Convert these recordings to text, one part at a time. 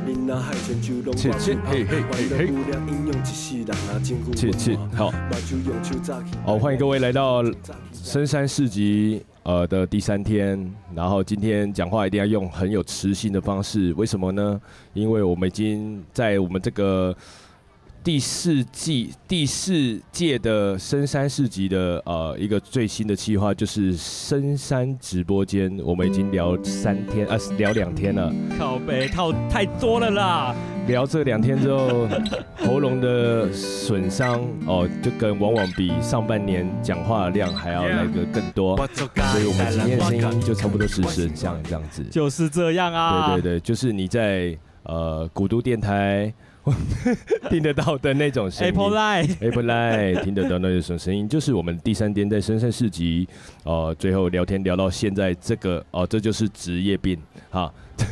好，欢迎各位来到深山市集的第3天，然后今天讲话一定要用很有磁性的方式，为什么呢？因为我们已经在我们这个第四届的深山市集的一个最新的企划，就是深山直播间，我们已经聊聊2天了， 靠北套太多了啦。 聊这2天之后，喉咙的损伤就往往比上半年讲话的量还要来个更多，所以我们今天的声音就差不多是很像这样子。 就是这样啊。 对对对，就是你在古都电台听得到的那种声音 ，Apple Live 听得到那种声音，就是我们第3天在深山市集，最后聊天聊到现在这个这就是职业病，哈。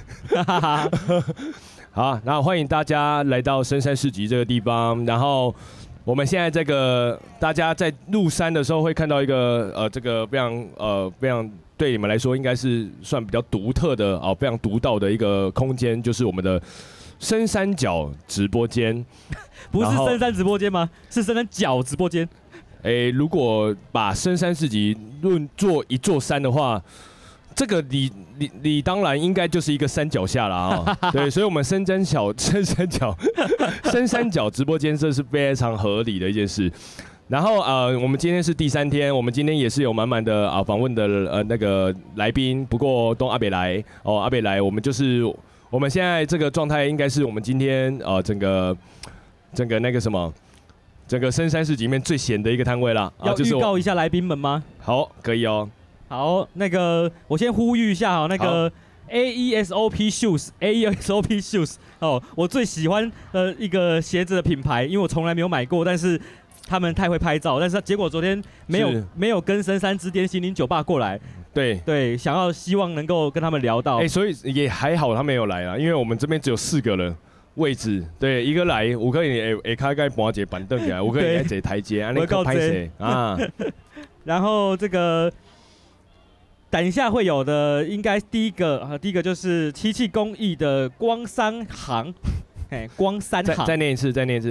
好，那欢迎大家来到深山市集这个地方。然后我们现在这个大家在入山的时候会看到一个这个非常对你们来说应该是算比较独特的非常独到的一个空间，就是我们的深山脚直播间。 不是深山直播间吗？是深山脚直播间。 如果把深山市集论作一座山的话，这个你当然应该就是一个山脚下啦对，所以我们深山脚直播间这是非常合理的一件事。然后我们今天是第3天，我们今天也是有满满的访问的那个来宾，不过阿北来阿北来，我们现在这个状态应该是我们今天整个那个什么。整个深山市集里面最闲的一个摊位啦， 要预告一下来宾们吗？ 好，可以哦。 好，那个我先呼吁一下那个 AESOP Shoes 我最喜欢一个鞋子的品牌，因为我从来没有买过，但是他们太会拍照，但是结果昨天没有跟深山之巅心灵酒吧过来，对，希望能够跟他们聊到， 所以也还好他没有来啦，因为我们这边只有4个人。位置对，一个来，我可以开搬一个板凳起来，我可以来坐台阶， 我告拍啊。然后这个等一下会有的，应该第一个就是漆器工艺的光三行，光三行， 再念一次，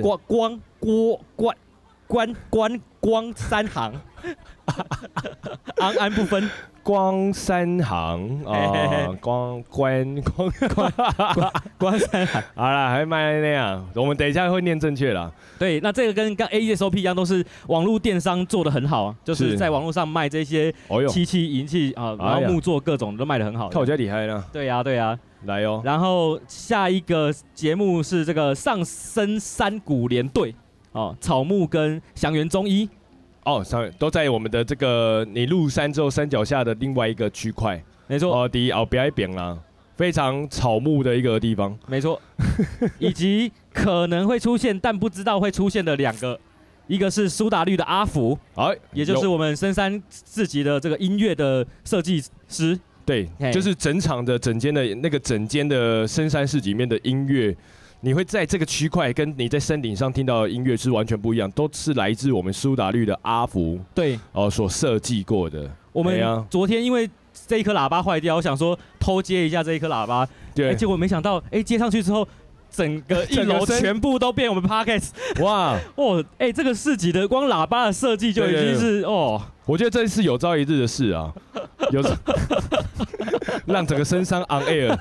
光三行，安不分。 光三行光三行， 好啦，还蛮那样，我们等一下会念正确啦。 对，那这个跟刚 AESOP 一样，都是网络电商做得很好，就是在网络上卖这些漆器、银器然后木作各种都卖得很好。 看我家厉害呢。 对呀， 来哦。 然后下一个节目是这个上深山谷联队草木跟祥源中医。 都在我们的这个你入山之后山脚下的另外一个区块， 没错。 第一不要边啦，非常草木的一个地方， 没错。以及可能会出现但不知道会出现的2个，一个是苏打绿的阿福，也就是我们深山市集的这个音乐的设计师， 对，就是整间的深山市集里面的音乐。你会在这个区块跟你在山顶上听到的音乐是完全不一样，都是来自我们苏打绿的阿福所设计过的。 我们昨天因为这一颗喇叭坏掉，我想说偷接一下这一颗喇叭，对，结果没想到接上去之后，整个1楼全部都变我们 Podcast。哇这个市集的光喇叭的设计就已经是我觉得这是有朝一日的事啊，让整个深山 on air。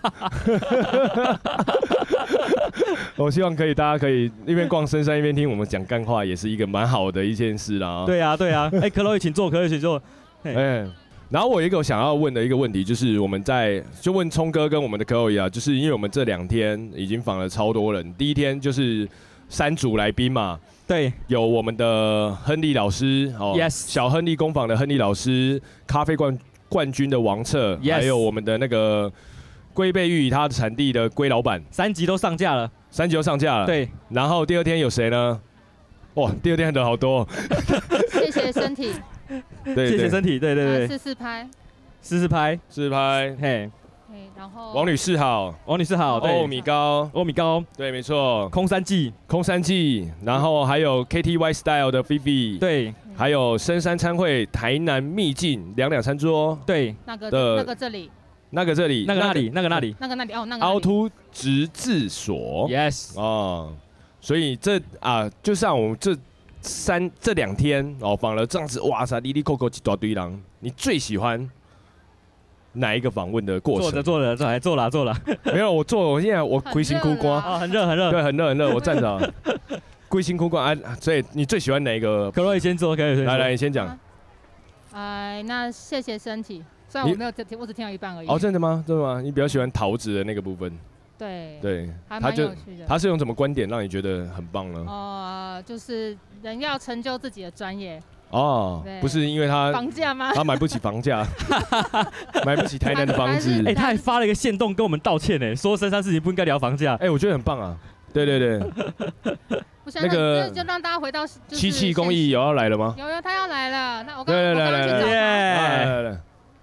我希望大家可以一边逛深山一边听我们讲干话，也是一个蛮好的一件事啦。 对啊，Chloe请坐。 然后我有一个想要问的一个问题，就是我们就问聪哥跟我们的 Chloe 啊，就是因为我们这2天已经访了超多人，第1天就是3组来宾嘛， 对， 有我们的亨利老师 ，yes， 小亨利工坊的亨利老师，咖啡冠军的王策，还有我们的那个龟背玉以他的产地的龟老板 ，3集都上架了。 对，然后第2天有谁呢？哇，第2天人好多。 谢谢身体。 谢谢身体。对。 试拍。 嘿。 然后王女士好。 欧米高。对，没错。 空山记。然后还有 KTY Style 的 Fifi。对。 还有深山餐会台南秘境2餐桌。 对。 那个这里。 那个这里， 那个那里，那个那里， 那个那里哦，那个凹凸直字所 ，yes 哦，所以就像我们这2天哦访了这样子，哇塞，哩哩扣扣一大堆人，你最喜欢哪一个访问的过程？ 坐了， 没有，我现在龟辛苦瓜啊，很热， 对，很热，我站着，龟辛苦瓜啊，所以你最喜欢哪一个？ 可以先坐， 来，你先讲。 那谢谢身体。虽然我没有听，我只听到一半而已。 哦，真的吗？你比较喜欢桃子的那个部分？ 对，还蛮有趣的。 他是用什么观点让你觉得很棒呢？ 就是人要成就自己的专业。 哦，不是因为他房价吗？ 他买不起房价，买不起台南的房子。 他还发了一个限动跟我们道歉呢，说深山事情不应该聊房价。 我觉得很棒啊。对。 那个就让大家回到七七公益有要来了吗？ 有，他要来了。那我刚刚去找他。 来。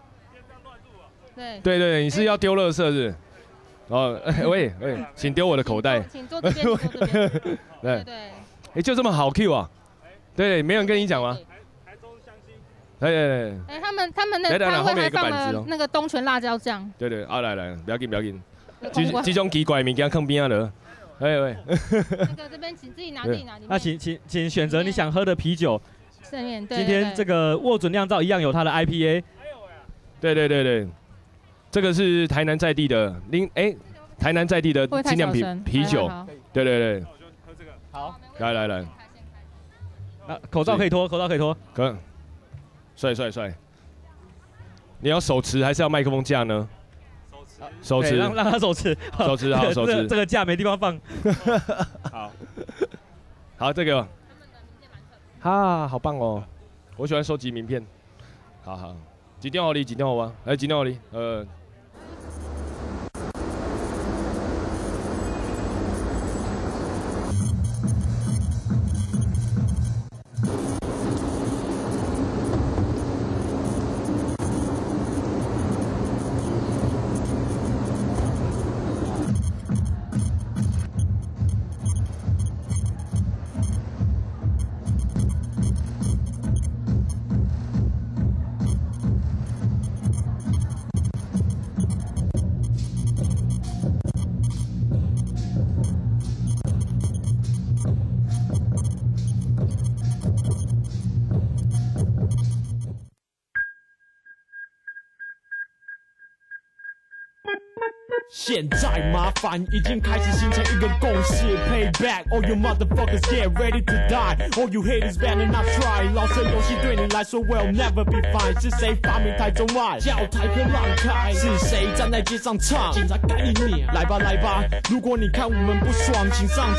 对， 你是要丢垃圾是不是？哦，喂，请丢我的口袋。 请坐这边。 对。就这么好 Q 啊？对，没人跟你讲吗？台中香心。 他们那摊位还放了那个东泉辣椒酱。 对，来，不要紧。这种奇怪的物件放边了。喂。 那个这边请自己拿。 那请选择你想喝的啤酒。 正面。 今天这个握准酿造一样有它的 IPA。 对。这个是台南在地的台南在地的精酿啤酒。对。 好， 来。 口罩可以脱。 可，帅。你要手持还是要麦克风架呢？手持， 让他手持。 手持。 这个架没地方放。 好，这个。好棒哦！我喜欢收集名片。好。几点好哩？几点好啊？几点好哩？ 现在麻烦已经开始形成一个共识 Payback, all you motherfuckers get ready to die. All you haters better not try. 老舍游戏对你来说 will never be fine. 是谁发明台中外叫台客浪开？是谁站在街上唱？警察赶你撵！来吧，如果你看我们不爽，请上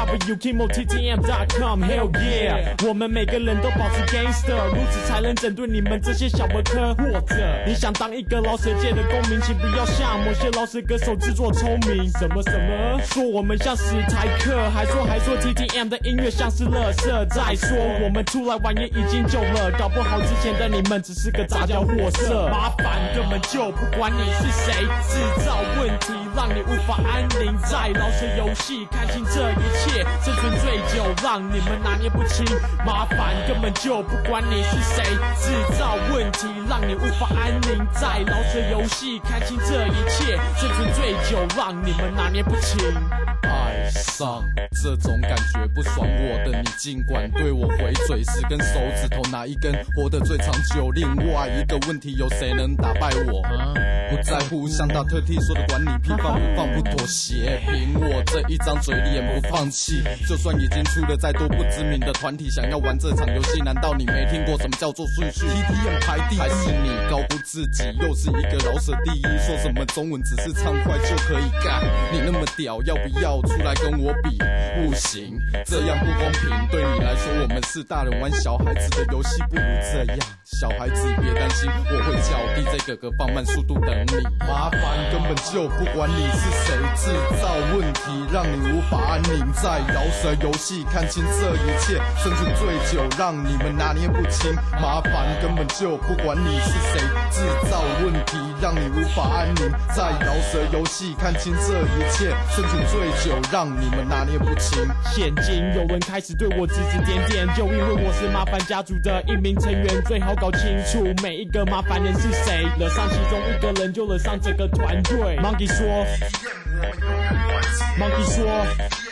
www.kimottm.com. Hell yeah， 我们每个人都保持 gangster， 如此才能整顿你们这些小儿科。或者你想当一个老舍界的公民，请不要像某些老舍歌手自作聪明。什么说我们像史台克，还说 TTM 的音乐像是垃圾。再说我们出来玩也已经久了，搞不好之前的你们只是个杂交货色。麻烦根本就不管你是谁，制造问题让你无法安宁。在老舍游戏看清这一切，生存最久让你们拿捏不清。麻烦根本就不管你是谁，制造问题让你无法安宁。在老舍游戏看清这一切，生存最久让你们拿捏不清。爱上这种感觉不爽我的你，尽管对我回嘴，10根手指头哪一根活得最长久？另外一个问题，有谁能打败我？不在乎像大特 T 说的管你屁放不放不妥协，凭我这一张嘴脸不放弃。就算已经出了再多不知名的团体，想要玩这场游戏，难道你没听过什么叫做顺序 ？TTM 排第一，还是你高估自己？又是一个饶舌第一，说什么中文只是唱快就可以干？你那么屌，要不要出来跟我比？不行，这样不公平。对你来说，我们是大人玩小孩子的游戏，不如这样。小孩子别担心，我会叫 DJ 哥哥放慢速度等你。麻烦根本就不管你是谁，制造问题让你无法安宁。在饶舌游戏看清这一切，生存最久让你们拿捏不清。麻烦根本就不管你是谁，制造问题让你无法安宁。在饶舌游戏看清这一切，生存最久让让你们拿捏不清。 现今有人开始对我指指点点，就因为我是麻烦家族的一名成员，最好搞清楚每一个麻烦人是谁，惹上其中一个人就惹上整个团队。Monkey 说 ，Monkey 说。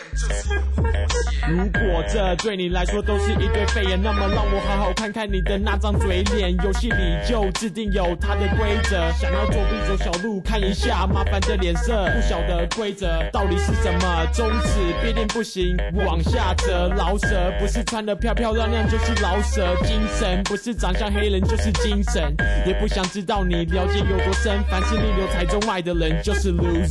如果这对你来说都是一堆废言，那么让我好好看看你的那张嘴脸。游戏里就制定有它的规则，想要作弊走小路，看一下麻烦的脸色。不晓得规则到底是什么，宗旨必定不行，往下折。老舍不是穿得漂漂亮亮就是老舍，精神不是长相黑人就是精神。也不想知道你了解有多深，凡是逆流才中外的人就是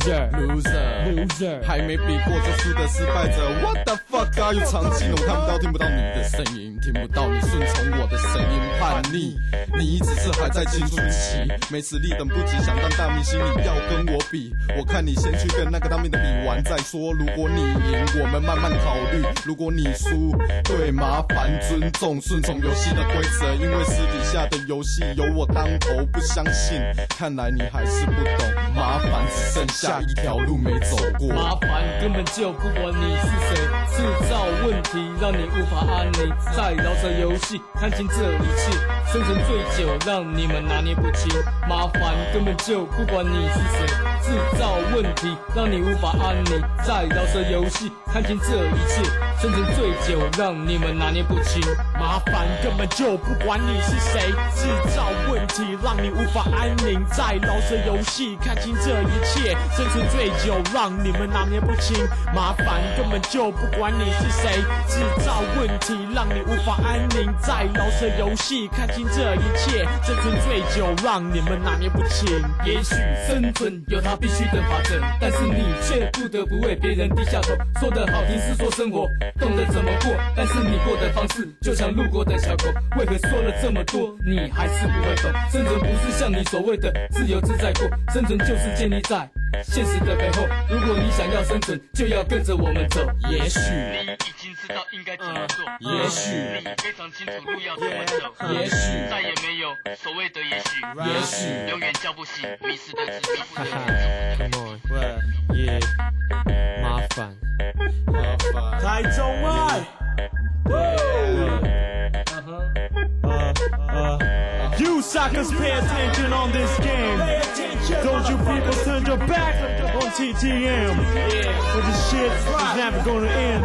loser。 还没比过就输的失败者。What the fuck are you？ 长期我看不到听不到你的声音，听不到你顺从我的声音。叛逆，你只是还在青春期，没实力等不及，想当大明星你要跟我比，我看你先去跟那个当兵的比完再说。如果你赢，我们慢慢考虑；如果你输，对，麻烦尊重顺从游戏的规则，因为私底下的游戏由我当头。不相信，看来你还是不懂，麻烦只剩下一条路没走过。 麻烦根本就不管你是谁，制造问题让你无法安宁，在饶舌游戏看清这一切，生存最久让你们拿捏不清。麻烦根本就不管你是谁，制造问题让你无法安宁，在饶舌游戏看清这一切，生存最久让你们拿捏不清。 麻烦根本就不管你是谁，制造问题让你无法安宁，在饶舌游戏看清这一切，生存最久让你们拿捏不清。麻烦根本就不管你是谁，制造问题让你无法安宁，在饶舌游戏看清这一切，生存最久让你们拿捏不清。 也许生存有它必须的法则，但是你却不得不为别人低下头。说得好听是说生活懂得怎么过，但是你过的方式就像路过的小狗，为何说了这么多你还是不会懂？生存不是像你所谓的自由自在过，生存就是建立在现实的背后。如果你想要生存，就要跟着我们走。 也许你已经知道应该怎么做， 也许你非常清楚路要怎么走， 也许再也没有所谓的也许， 也许永远叫不醒迷失的自己。 Come on， yeah， 麻烦，台中爱。You suckers pay attention on this game. Don't you people turn your back on TTM. For this shit is never gonna end.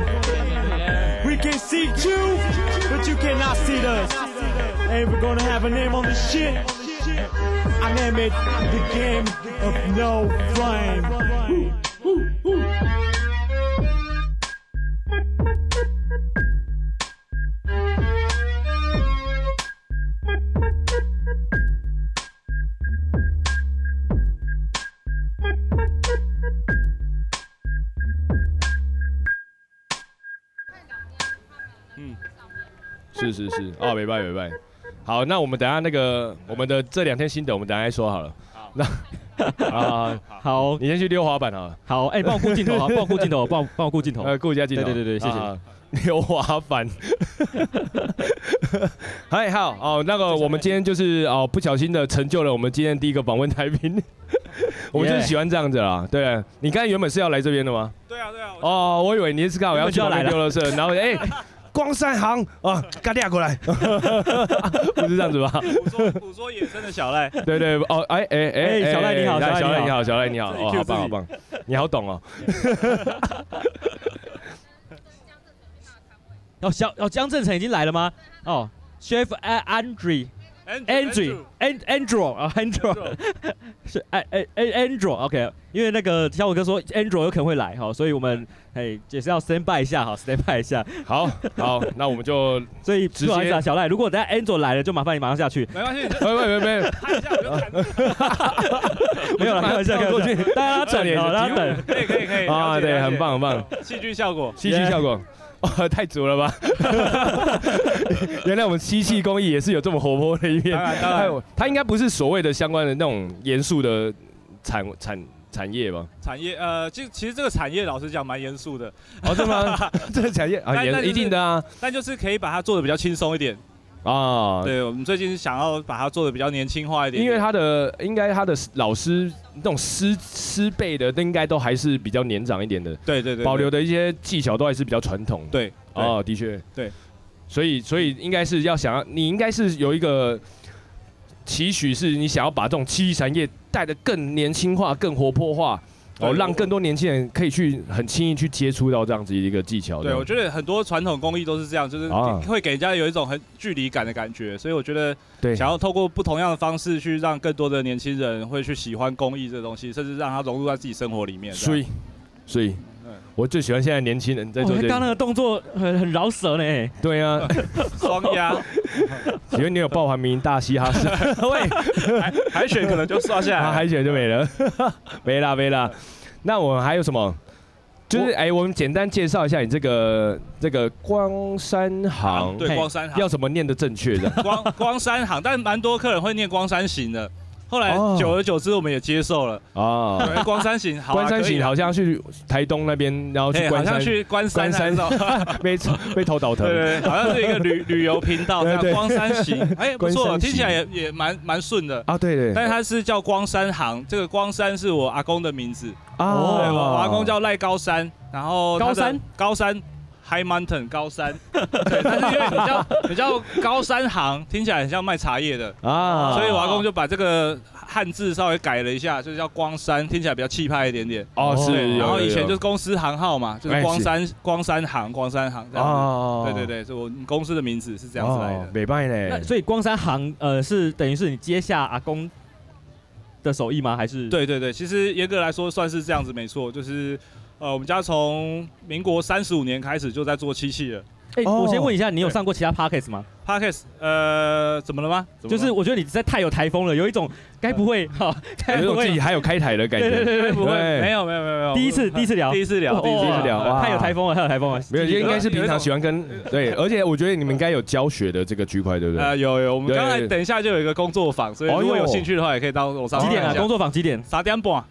We can see you, but you cannot see us. Ain't we gonna have a name on this shit? I name it the game of no flame. 嗯，是哦，没拜。好，那我们等一下那个我们的这2天心得，我们等一下再说好了。好，那好， 你先去溜滑板好了。 好，哎，帮我顾镜头啊，帮我顾镜头，帮我顾镜头。 顾一下镜头。 对，谢谢。 溜滑板。嗨，好哦，那个我们今天就是不小心的成就了我们今天第一个访问来宾。我们就是喜欢这样子啦，对。你刚才原本是要来这边的吗？ 对啊。 哦，我以为你是刚好要去旁边丢垃圾，然后光山行啊，嘎掉过来，不是这样子吧？ 捕捉野生的小赖。 对，哦， 小赖你好， 小赖你好，哦，好棒，你好懂哦。 江正成已经来了吗？哦 ，Chef Andrew 啊 ，Andrew 是Andrew，OK， 因为那个小虎哥说 Andrew 有可能会来，好，所以我们也是要 stand by 一下，好 ，stand by 一下。 好，那我们就所以不好意思啊，小赖，如果等下 Andrew 来了，就麻烦你马上下去。 没关系， 没， 看一下我就看。 没有了，开玩笑，过去，大家等， 可以啊，对，很棒， 戏剧效果。 哦，太足了吧！原来我们吸气工艺也是有这么活泼的一面。 当然， 它应该不是所谓的相关的那种严肃的产业吧？ 产业其实这个产业老实讲蛮严肃的。 哦，对吗？这个产业啊，一定的啊。 但就是可以把它做的比较轻松一点。 啊， 对，我们最近想要把它做的比较年轻化一点， 因为他的老师那种师辈的，应该都还是比较年长一点的， 对， 保留的一些技巧都还是比较传统。 对， 哦，的确， 对， 所以应该是你应该是有一个期许，是你想要把这种七艺产业带得更年轻化、更活泼化。让更多年轻人可以去很轻易去接触到这样子一个技巧。 对，我觉得很多传统工艺都是这样，就是会给人家有一种很距离感的感觉，所以我觉得想要透过不同样的方式去让更多的年轻人会去喜欢工艺这个东西，甚至让它融入在自己生活里面。 所以，我最喜欢现在年轻人在做这。 刚那个动作很饶舌呢。 对啊， 双压。 请问你有报完民大嘻哈式？ 喂，海选可能就刷下来， 海选就没了，没啦。那我们还有什么？就是我们简单介绍一下你这个光山行。 对，光山行要怎么念的正确的？ 光山行，但蛮多客人会念光山行的。后来久而久之，我们也接受了啊。光山行， 关山行好像去台东那边，然后去关山， 好像去关山被头倒腾。 对，好像是一个旅游频道，这样光山行，不错，听起来也蛮顺的啊。对。 但是它是叫光山行，这个光山是我阿公的名字啊。我阿公叫赖高山，然后高山。High Mountain 高山，对，但是因为比较高山行，听起来很像卖茶叶的啊，所以我阿公就把这个汉字稍微改了一下，就是叫光山，听起来比较气派一点点。 哦，是。 然后以前就是公司行号嘛，就是光山行这样子。对，是我公司的名字是这样子来的。 没办法呢。 所以光山行是等于是你接下阿公的手艺吗？还是？ 对，其实严格来说算是这样子，没错，就是。我们家从民国35年开始就在做漆器了。 我先问一下，你有上过其他 podcast 吗 ？podcast 怎么了吗？ 就是我觉得你实在太有台风了，有一种该不会有一种自己还有开台的感觉。 对， 不会，没有。 第一次聊，太有台风了， 没有，应该是平常喜欢跟对，而且我觉得你们应该有教学的这个区块，对不对？ 有，我们刚才等一下就有一一个工作坊，所以如果有兴趣的话，也可以到楼上。 几点啊？工作坊几点 ？3点半。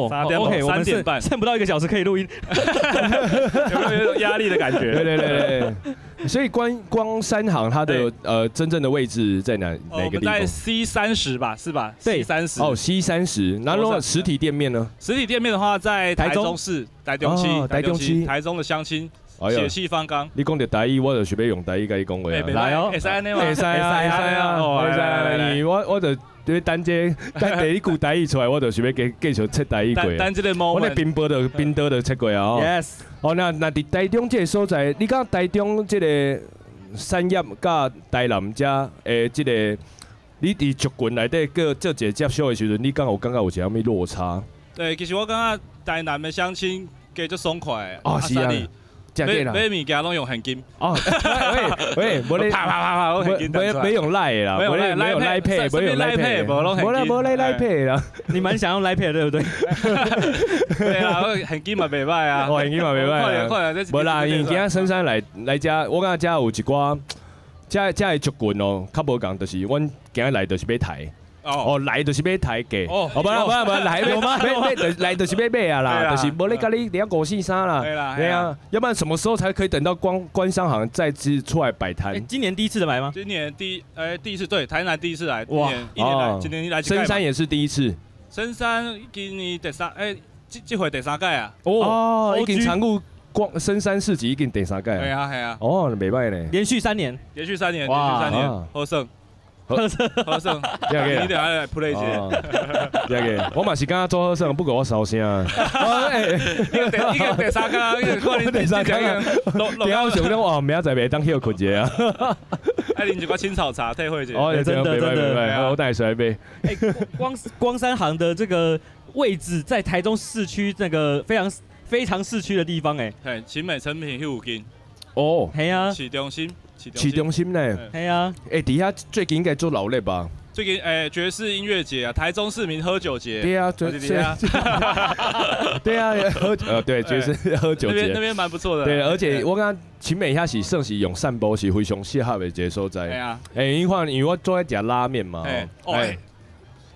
OK， 我们3点半，剩不到1个小时可以录音， 有没有压力的感觉？ 对。所以光山行它的真正的位置在哪个地方？我们在 C30吧，是吧？ 对 ，C30。 哦 ，C30。然后实体店面呢？ 实体店面的话，在台中市台中区，台中的乡亲。血气方刚， 你讲到台语，我就想要用台语跟你讲话。 来哦， 会使安尼嘛？ 会使啊，我就等第一句台语出来，我就想要继续切台语过。 等这个 moment， 我咧冰岛就切过啊。 Yes。 那伫台中这个所在，你讲台中这个产业甲台南遮这个，你伫族群内底个做一个接触的时阵，你有感觉有啥物落差？ 对，其实我感觉台南的乡亲加足爽快。 是啊。 买物件拢用现金哦，喂，无咧啪，我现金没用赖啦，没有赖配，没有赖配，无咧赖配啦。 你蛮想用赖配对不对？ 对啊，现金嘛袂歹啊， 现金嘛袂歹。 快点， 无啦，因为今仔深山来遮，我感觉遮有一寡遮的族群哦，较无共，就是阮今仔来就是买台。来就是买台价，不来就是买啊啦，就是无咧甲你聊543啦，对啊，要不然什么时候才可以等到官商行再次出来摆摊？ 今年第一次的来吗？ 今年第一次，对，台南第一次来，哇，今年来， 深山也是第一次， 深山今年第3，这回第3届啊， 已经参与深山市集已经第3届， 系啊， 袂歹呢， 连续3年， 好胜。好胜，你等下来 play 一下。我嘛是刚做好胜，不过我烧声。 一个第3届，一个看你第3届。 等下我想讲，明仔载袂当休困一下啊。 啉一罐青草茶，退会一下。 真的， 我带水来杯。 光山行的这个位置在台中市区那个非常市区的地方勤美成品迄附近。 系啊， 市中心呢？ 系啊， 底下最近应该做劳力吧？ 最近爵士音乐节啊，台中市民喝酒节。 对啊，对啊，对爵士喝酒节那边蛮不错的。 对，而且我感觉勤美遐是算是用散步是非常适合的一个所在。 对啊， 因为我做在食拉面嘛。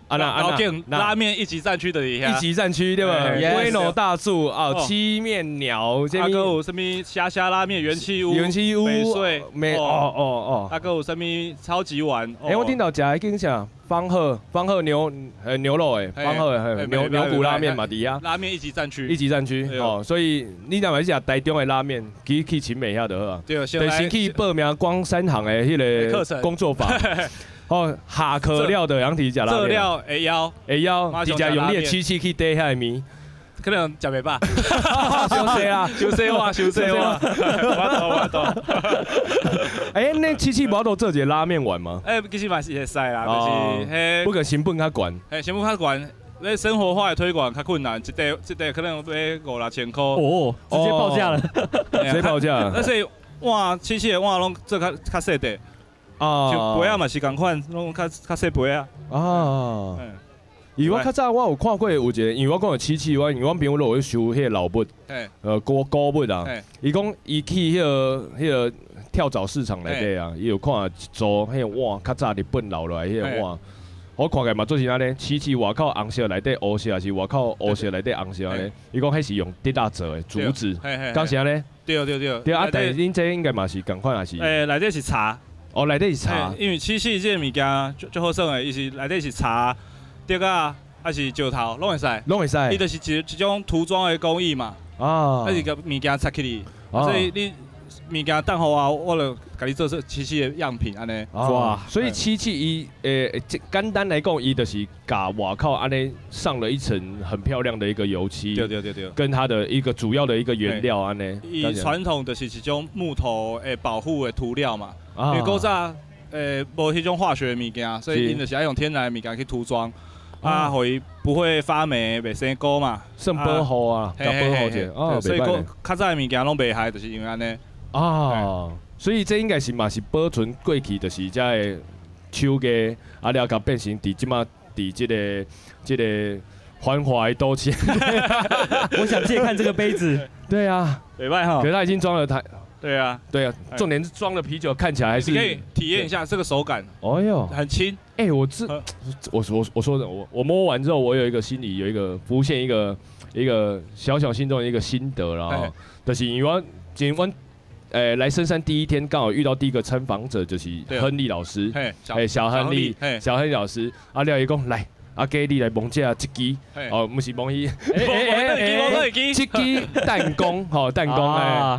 高建拉面一级战区的底下， 一级战区对吧？威农大柱哦，七面鸟， 阿哥有什么虾拉面、元气屋、翡翠，阿哥有什么超级碗？ 我听到食迄间啥方鹤牛肉诶，方鹤牛骨拉面嘛，底下拉面一级战区， 哦，所以你若是食台中的拉面，去秦美遐就好啊。对，先去报名光山行的迄个工作坊。哦，下课了的杨提食拉面， 这料会枵，直接用你的机器去底遐面， 可能食袂饱， 休息哇，我懂。那七七无都做一个拉面碗吗？ 其实嘛是会使啦，就是不过成本较悬， 成本较悬。那生活化的推广较困难，一袋可能要5-6千块。 哦，直接报价了， 直接报价。 而且碗七七的碗拢做较细的。就杯啊嘛是共款，拢较细杯啊。 因为我较早我有看过有一个，因为我讲有七七，因为我朋友有去收迄个老物，古物啊。伊讲伊去迄个跳蚤市场内底啊，伊有看做迄个碗，较早日本留落来迄个碗。我看起来嘛做是安尼，七七外口红色内底乌色，还是外口乌色内底红色安尼？伊讲迄是用竹仔做的竹子，刚是安尼？对。啊，但是恁这应该嘛是共款还是？ 内底是茶。 哦，内底是茶， 因为七夕这个物件最好耍的，伊是内底是茶、竹啊，还是石头，拢会使。伊就是一种涂装的工艺嘛。还是个物件插起哩，所以你物件等好啊，我就甲你做七夕的样品安尼。 哇，所以七夕伊简单来讲，伊就是甲外口安尼上了一层很漂亮的一个油漆。 对。 跟它的一个主要的一个原料安尼。 伊传统就是一种木头诶保护的涂料嘛。因为古早无迄种化学的物件，所以因就是爱用天然的物件去涂装，互伊不会发霉、袂生菇嘛， 算保护啊，甲保护者。 所以较早的物件拢袂害，就是因为安尼。 所以这应该是嘛是保存过去，就是遮个手艺，了甲变成伫即马伫即个繁华的都市。 我想借看这个杯子。 对啊， 袂歹哈。 可是它已经装了台。 对啊， 重点是装了啤酒，看起来还是可以体验一下这个手感。 哦哟， 很轻。 我说的，我摸完之后，我有一个心里有一个浮现一个小小心中的一个心得啦，然后就是因为我今天来深山第一天，刚好遇到第一个参访者就是亨利老师，小亨利老师，廖伊讲来。给你来蒙这一支，不是蒙伊，这支弹弓，弹弓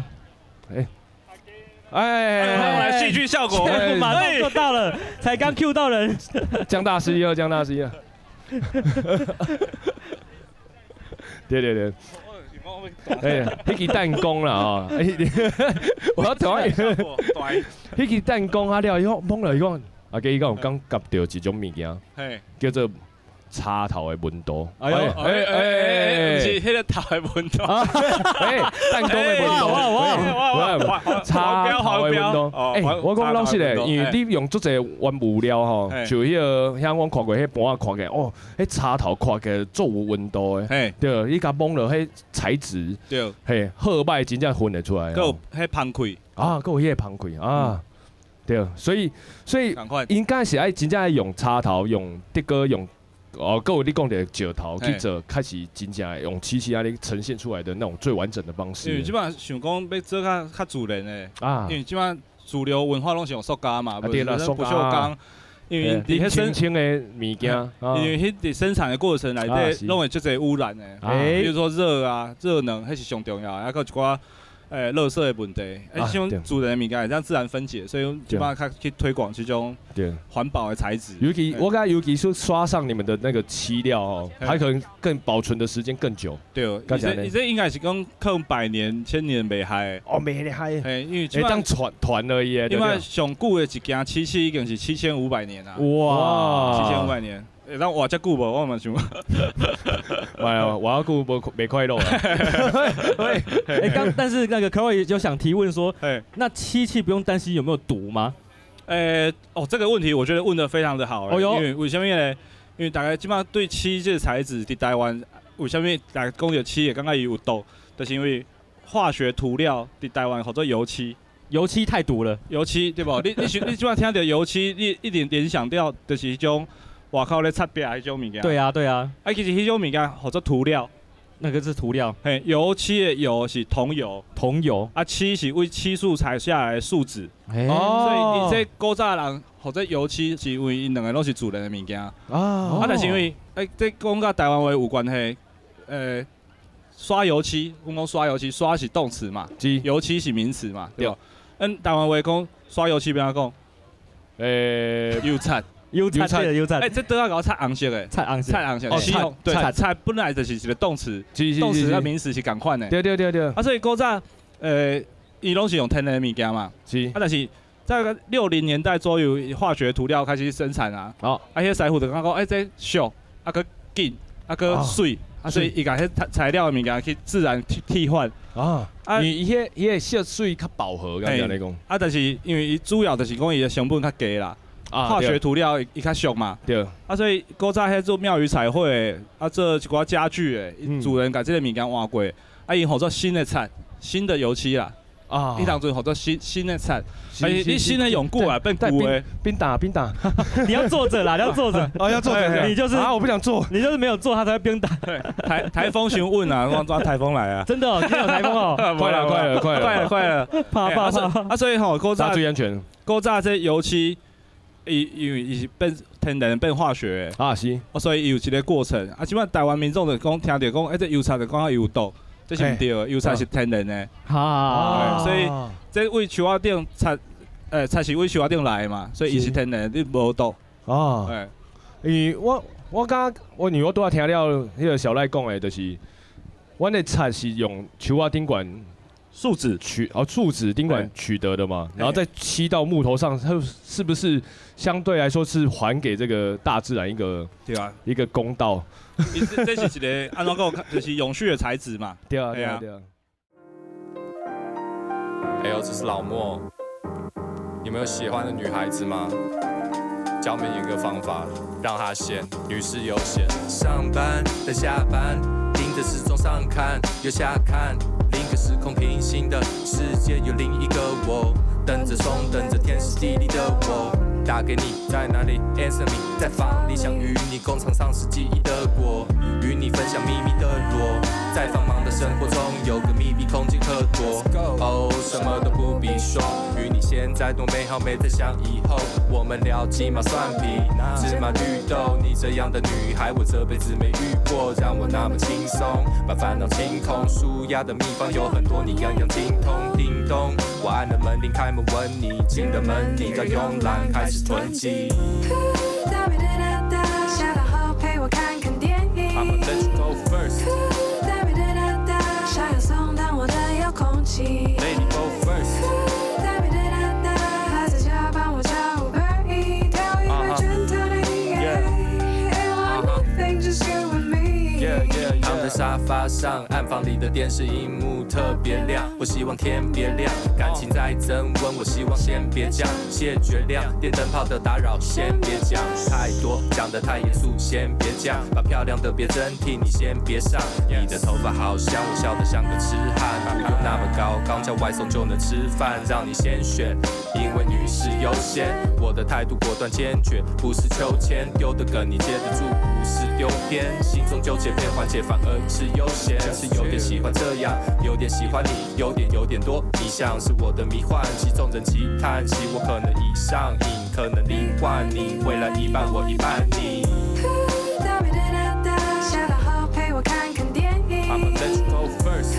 来戏剧效果， 马上就到了，才刚 Q 到人， 江大师一二，对，迄支弹弓啦啊，我要台湾，迄支弹弓了以后蒙了伊讲，给伊讲有刚夹到一种物件，叫做。插头的温度， 不是迄个头的温度， 弹弓的温度，插头的温度。我讲老实嘞，因为你用足侪原物料吼，就迄个像我看过迄盘看起来，迄插头看起来足有温度的，对，你甲摸了迄材质，对，好歹真正分得出来。 佮有迄芳气佮有迄个芳气啊，对，所以应该是爱真正用插头，用竹哥用。各有你讲的石头去做，开始真正用漆器安尼呈现出来的那种最完整的方式。 因为基本上想讲要做较自然的因为基本上主流文化拢是用塑胶嘛， 对啦， 不锈钢。因为你轻轻的物件， 因为迄生产的过程内底拢会足侪污染的，比如说热能，迄是上重要，还有一寡。垃圾的问题，这种自然的物件这样自然分解，所以基本上较去推广这种环保的材质。 我感觉尤其是刷上你们的那个漆料哦，还可能更保存的时间更久。 对，你这应该是讲靠100年、1000年袂害。 袂害。 因为当传而已。 因为上久的一件漆器已经是7500年啊。 哇 ！7500年。咱活遮久无？我嘛想。 我要久没快乐了。 但是那个 Chloe 就想提问说，那漆器不用担心有没有毒吗？ 这个问题我觉得问得非常的好。因为为什么呢？因为大家基本上对漆这个材质在台湾，为什么大家讲到漆也刚刚有毒，就是因为化学涂料在台湾叫做油漆。 油漆太毒了， 油漆对不？你基本上听到油漆，你一定联想到就是一种外口咧擦壁迄种物件。 对啊，对啊。 其实迄种物件叫做涂料。 那个是涂料， 嘿，油漆的油是桐油， 桐油漆是为漆树采下来的树脂，所以这古早人或者油漆是因为因两个拢是自然的物件但是因为这讲甲台湾话有关系，刷油漆，我们讲刷油漆，刷是动词嘛，油漆是名词嘛，对吧？台湾话讲刷油漆边讲，油漆。 油漆， 这都要搞擦红色的， 擦红色，对，擦本来就是一个动词，动词跟名词是同款的。 对。 所以古早，伊拢是用天然的物件嘛，但是在60年代左右，化学涂料开始生产啊，迄师傅就讲这俗，个紧，个水，所以伊甲迄材料的物件去自然替换伊迄色水较饱和，咁样来讲。 但是因为伊主要就是讲伊的成本较低啦。化学涂料伊较俗嘛， 对。 所以古早迄做庙宇彩绘，做一寡家具诶，主人把这个物件换过，伊好做新的漆，新的油漆啦，伊当做好做新的漆，你新的用过啊，变旧诶， 冰打， 你要坐着啦，要坐着， 要坐着， 你就是我不想坐， 你就是没有坐，他才会冰打。 台风询问啊，我抓台风来啊， 真的，今天有台风哦， 快了， 怕， 所以吼古早注意安全， 古早这油漆。因为伊是变天然变化学是， 所以有一个过程基本上台湾民众就讲听到讲，这油漆就讲有毒，这是唔对的，油漆是天然的，所以这为树仔顶漆是为树仔顶来的嘛，所以伊是天然的，你无毒我女儿都要听了迄个小赖讲的，就是阮的漆是用树仔顶管。树脂顶管取得的嘛，然后再漆到木头上，它是不是相对来说是还给这个大自然一个公道？ 这是一个按照讲就是永续的材质嘛。 对啊。 哎呦，这是老莫，你们有喜欢的女孩子吗？教你们一个方法，让她先女士优先。上班等下班，盯着时钟上看又下看。另一个时空平行的世界有另一个我，等着送，等着天时地利的我。打给你在哪里 ？Answer me， 在房里想与你共尝丧失记忆的果，与你分享秘密的裸，在繁忙的生活中有个密闭空间可躲。哦，什么都不必说，与你现在多美好，没在想以后。我们聊鸡毛蒜皮，芝麻绿豆，你这样的女孩我这辈子没遇过，让我那么轻松，把烦恼清空。舒压的秘方有很多，你样样精通。叮咚，我按了门铃，开门问你，进了门你到慵懒开始囤积。下班后陪我看看电影。I'ma let you go first。想要松荡我的遥控器。Lady go first。还在家帮我叫Uber Eats，挑一杯卷头的，Nothing just you and me。躺在沙发上，暗房里的电视荧幕特别亮，我希望天别亮，感情在增温，我希望先别讲，谢绝亮，电灯泡的打扰先别讲，太多讲得太严肃先别讲，把漂亮的别针替你先别上，你的头发好香，我笑得像个痴汉，不用那么高，刚叫外送就能吃饭，让你先选，因为女士优先，我的态度果断坚决，不是秋千丢的梗你接得住，不是丢偏，心中纠结变缓解反而是悠闲，是有点喜欢这样，有点喜欢你，有点多，你像是我的迷幻剂，众人奇叹气，我可能已上瘾，可能罹患你，未来一半我一半你。下班后陪我看看电影。I'ma let you go first。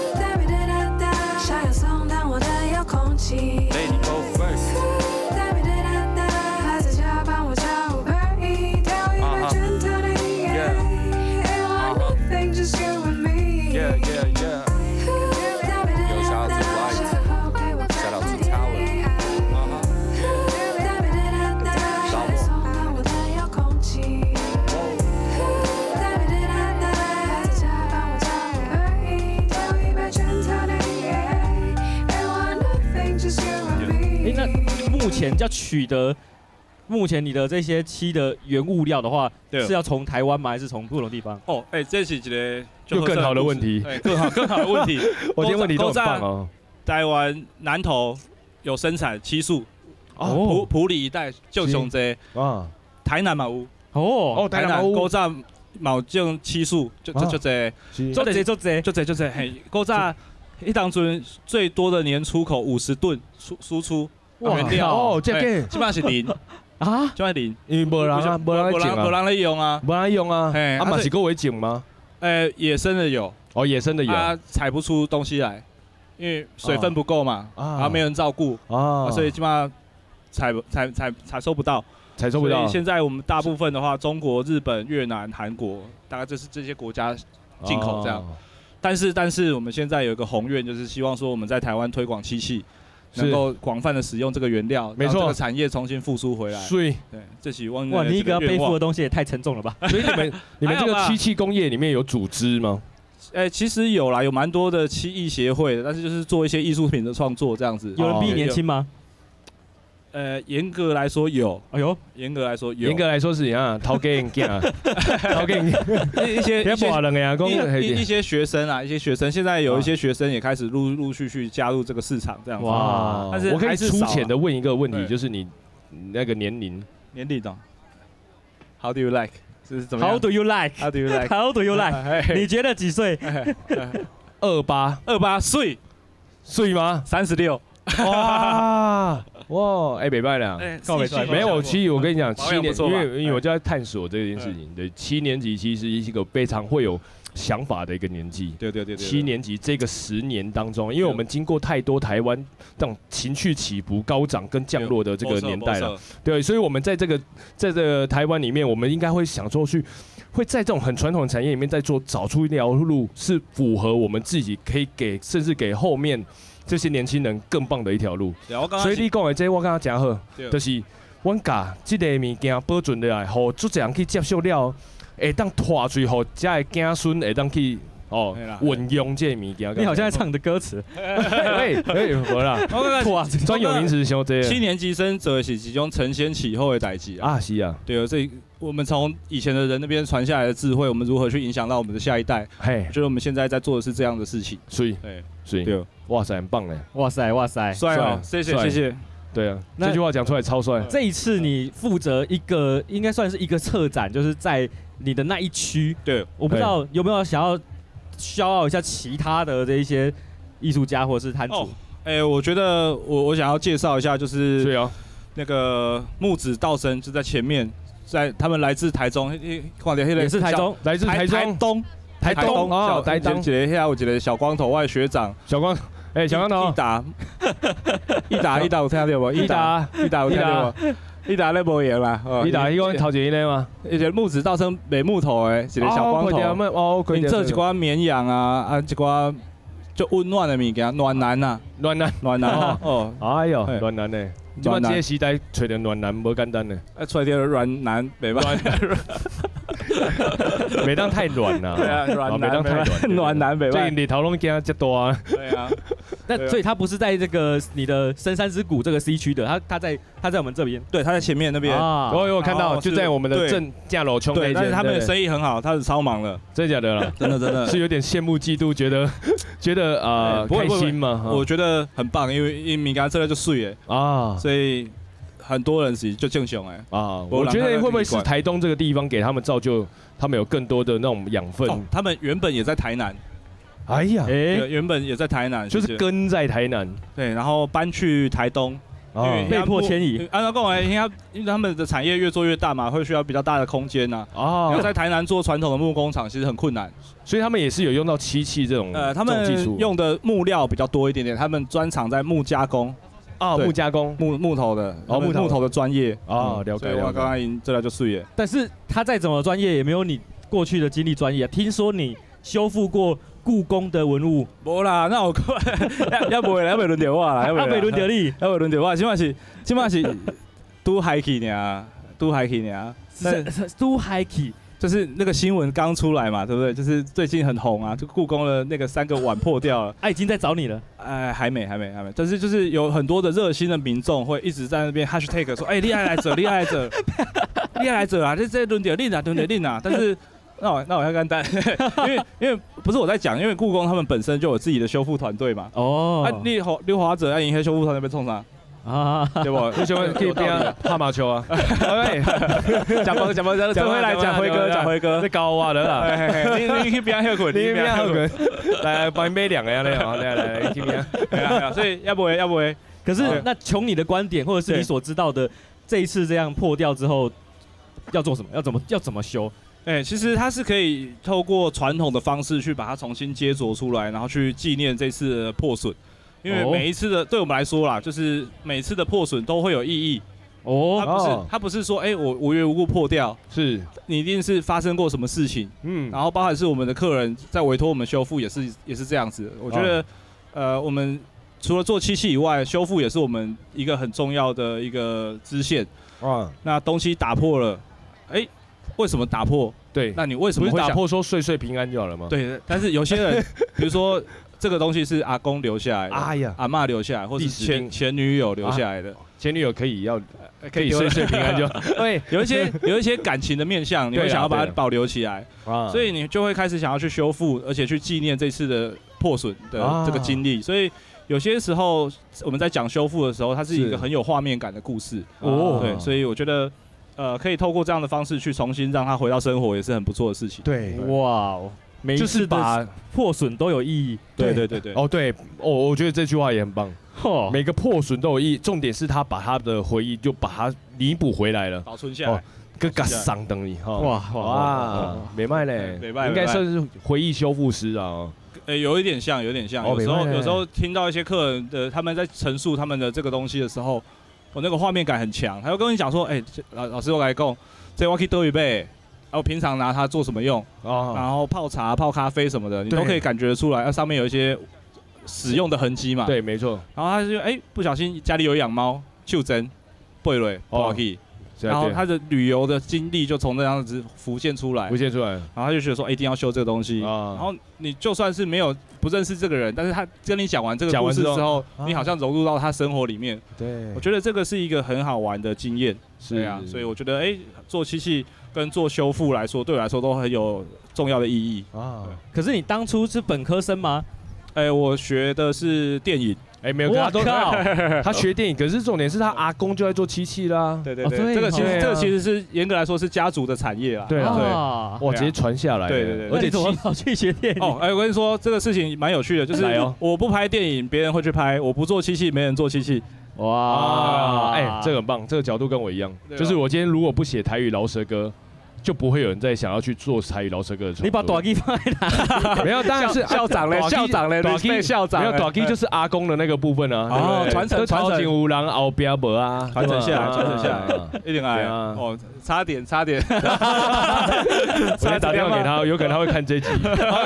想要松荡我的遥控器。Lady go first。还在家帮我叫Uber Eats，挑一杯卷头的，Nothing just you and me。Yeah。Yo, shout out to White. Shout out to Tower. 那目前要取得目前你的这些漆的原物料的话，是要从台湾吗？还是从不同地方？ 哦，这是一个就更好的问题， 更好的问题。 我今天问题都很棒哦。 台湾南投有生产漆树，埔里一带就熊这啊，台南嘛有， 哦， 台南古早毛种期数就这，嘿，古早一当阵最多的年出口50吨输出原料， 哦，这个基本上是零啊，就系零， 因为无人啊，无人来种啊， 无人来用啊， 无人用啊，啊嘛是够为种吗？ 野生的有， 哦，野生的有， 它采不出东西来，因为水分不够嘛，然后没人照顾啊，所以基本上采收不到。 采收不到。 所以现在我们大部分的话，中国、日本、越南、韩国，大概就是这些国家进口这样。但是我们现在有一个宏愿，就是希望说我们在台湾推广漆器，能够广泛的使用这个原料，让这个产业重新复苏回来。 对， 这希望。 哇，你一个要背负的东西也太沉重了吧？ 所以你们这个漆器工业里面有组织吗？ 其实有啦，有蛮多的漆艺协会的，但是就是做一些艺术品的创作这样子。 有人比你年轻吗？ 严格来说有，严格来说有， 严格来说是啊，头家人囝，头家人一些学生啊，一些学生，现在有一些学生也开始陆续加入这个市场这样子。 哇！但是我可以粗浅的问一个问题，就是你那个年龄的 ，How do you like？ 这是怎么样 ？How do you like？ How do you like？ How do you like？ 你觉得几岁 ？28岁吗 ？36。 哇！北拜了，没有。其实我跟你讲，7年，因为我就在探索这件事情。对，7年级其实是一个非常会有想法的一个年纪。 对。 7年级这个10年当中，因为我们经过太多台湾这种情绪起伏、高涨跟降落的这个年代了。对，所以我们在这个台湾里面，我们应该会想说会在这种很传统的产业里面找出一条路，是符合我们自己可以甚至给后面这些年轻人更棒的一条路。所以你讲的这我感觉真好，就是阮甲这个物件保存下来，互足侪人去接受了，会当拖出，互这个子孙会当去运用这物件。 你好像在唱你的歌词。 无啦，专有名词伤多。 7年级生则是一种承先启后的代志啊。是啊， 对啊，这我们从以前的人那边传下来的智慧，我们如何去影响到我们的下一代？我觉得我们现在在做的是这样的事情。 所以，哇塞，很棒嘞！ 哇塞， 帅哦！谢谢。 对啊，这句话讲出来超帅。 这一次你负责一个，应该算是一个策展，就是在你的那一区。 对， 我不知道有没有想要消耗一下其他的这一些艺术家或者是摊主。 我觉得我想要介绍一下，就是那个木子道生就在前面，他们来自台中， 也是台中， 来自台东。 台东哦，台东， 有一个小光头外学长， 小光头， 一打有听到无？一打有听到无？一打咧无赢啦， 一打伊讲头前那嘛， 一个木子道生卖木头的，一个小光头，你做一寡绵羊啊，一寡就温暖的物件，暖男呐，暖男哦， 哎呦，暖男呢，即摆这个时代找到暖男无简单呢， 找到软男袂歹。 每当太软了， 对啊，暖男北外，你头拢惊这大啊。 对啊， 那所以他不是在这个你的深山之谷这个 C 区的，他在我们这边， 对，他在前面那边啊。我看到就在我们的正架楼chung那边， 但是他们的生意很好，他是超忙的， 真的假的啦？ 真的是有点羡慕嫉妒，觉得开心吗？ 我觉得很棒，因为米刚这个就水哎啊，所以。很多人是就正常哎啊，我觉得会不会是台东这个地方给他们造就，他们有更多的那种养分？ 他们原本也在台南，原本也在台南， 就是根在台南， 对，然后搬去台东， 被迫迁移。 按照跟我来，因为他们的产业越做越大嘛，会需要比较大的空间呐。哦，要在台南做传统的木工厂，其实很困难， 所以他们也是有用到漆器这种他们用的木料比较多一点点，他们专长在木加工。 木加工木头的，木头的专业啊，了解。 我刚刚赢这来就碎了。 但是他再怎么专业，也没有你过去的经历专业。听说你修复过故宫的文物， 无啦，那我要不会轮到我啦， 要不轮到你， 要轮到我，起码是都海去呢，都海去。就是那个新闻刚出来嘛，对不对？就是最近很红啊，就故宫的那个3个碗破掉了， 已经在找你了。 还没。但是就是有很多的热心的民众会一直在那边 hashtag 说，厉害来者啊，这轮到你啊。但是那我要干单，因为不是我在讲，因为故宫他们本身就有自己的修复团队嘛。哦。你华者要迎黑修复团队被冲啥？ 啊， 对不？为什么可以变拍麻球啊？哎， 讲回来讲辉哥， 这高啊的啦， 你去边喝滚， 你边喝滚，来帮你买2个呀，来去边。 所以要不会？ 可是那从你的观点，或者是你所知道的，这一次这样破掉之后要做什么？要怎么修？ 其实它是可以透过传统的方式去把它重新接着出来，然后去纪念这次的破损。因为每一次的对我们来说啦，就是每次的破损都会有意义。它不是说我无缘无故破掉， 是你一定是发生过什么事情。然后包含是我们的客人在委托我们修复也是这样子。我觉得我们除了做漆器以外，修复也是我们一个很重要的一个支线。那东西打破了，为什么打破？ 对， 那你为什么会不是打破说岁岁平安就好了吗？ 对，但是有些人，比如说这个东西是阿公留下来的， 哎呀， 阿嬷留下来，或是前女友留下来的， 前女友可以岁岁平安就好。对， 有一些感情的面向，你会想要把它保留起来，所以你就会开始想要去修复，而且去纪念这次的破损的这个经历。所以有些时候我们在讲修复的时候，它是一个很有画面感的故事。对，所以我觉得。可以透过这样的方式去重新让它回到生活，也是很不错的事情。 对， 哇，每一次把破损都有意义。 对。 我觉得这句话也很棒。每个破损都有意义，重点是他把他的回忆就把它弥补回来了， 保存下来。 跟个伤等你哇， 没卖嘞，应该算是回忆修复师啊。 有一点像。有时候听到一些客人的他们在陈述他们的这个东西的时候。我那个画面感很强，他就跟你讲说，老师我跟你讲，这我可以多一倍，我平常拿它做什么用，然后泡茶、泡咖啡什么的，你都可以感觉得出来，那上面有一些使用的痕迹嘛。 对，没错。 然后他就不小心家里有养猫，袖珍，背了，不好意思。然后他的旅游的经历就从那样子浮现出来，然后他就觉得说一定要修这个东西。然后你就算是不认识这个人，但是他跟你讲完这个故事之后，你好像融入到他生活里面。 对， 我觉得这个是一个很好玩的经验。对啊，所以我觉得做漆器跟做修复来说，对我来说都很有重要的意义啊。 可是你当初是本科生吗？ 我学的是电影。 没有，他学电影，可是重点是他阿公就在做漆器啦。 对，这个其实是严格来说是家族的产业啦。 对啊，哇，直接传下来。 对， 而且怎么跑去学电影？ 我跟你说，这个事情蛮有趣的，就是我不拍电影，别人会去拍；我不做漆器，没人做漆器。 哇，这个很棒，这个角度跟我一样，就是我今天如果不写台语饶舌歌。就不会有人再想要去做台语饶舌歌的。 你把短 K 放在哪？ 没有，当然是校长嘞，校长， 没有短 K 就是阿公的那个部分啊。 传承超级无人后边无啊， 传承下来，一定爱啊。差点。我先打电话给他，有可能他会看这集。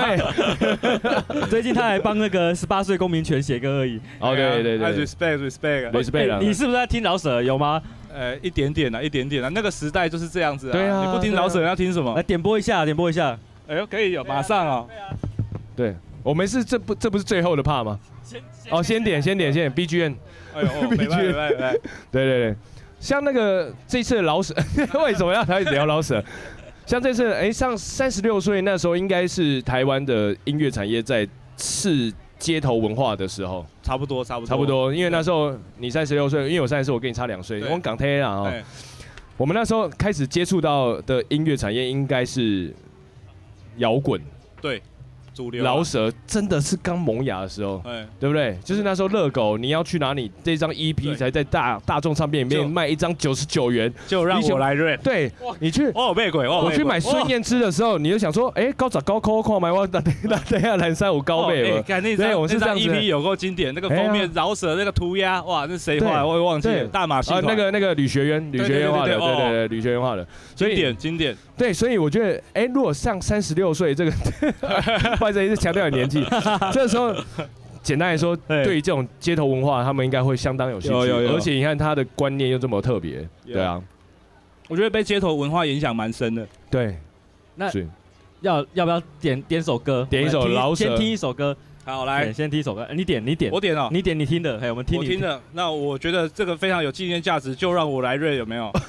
最近他还帮那个18岁公民权写歌而已。 对 ，respect。 你是不是在听饶舌？有吗？ 一点点啊，那个时代就是这样子啊。对啊，你不听饶舌要听什么？ 来点播一下。 可以有，马上哦。 对，我没事，这不是最后的怕吗？先点 BGM。 BGM。 对，像那个这次的饶舌，为什么要他聊饶舌？像这次，像36岁那时候，应该是台湾的音乐产业在街头文化的时候， 差不多， 因为那时候你36岁，因为我34，我跟你差2岁，我港台啊。我们那时候开始接触到的音乐产业应该是摇滚， 对，主流饶舌真的是刚萌芽的时候，对不对？就是那时候热狗，你要去哪里？这张 EP 才在大众唱片里面卖一张99元， 就让我来 rap。 对，你去，我去买孙燕姿的时候，你就想说，高找高扣看买我等下蓝山有高倍了。 对，我是这样子。EP 有够经典，那个封面饶舌那个涂鸦，哇，那谁画的？我也忘记了。大马戏团那个吕学渊画的，对，吕学渊画的， 经典。 对，所以我觉得，如果像36岁这个，或者一直强调年纪，这个时候，简单来说，对于这种街头文化，他们应该会相当有兴趣。而且你看他的观念又这么特别，对啊， 我觉得被街头文化影响蛮深的。 对， 那要不要点首歌？ 点一首饶舌， 先听一首歌。 好，来， 先听一首歌。你点， 我点哦， 你听的，我们听。 我听的，那我觉得这个非常有纪念价值，就让我来瑞有没有？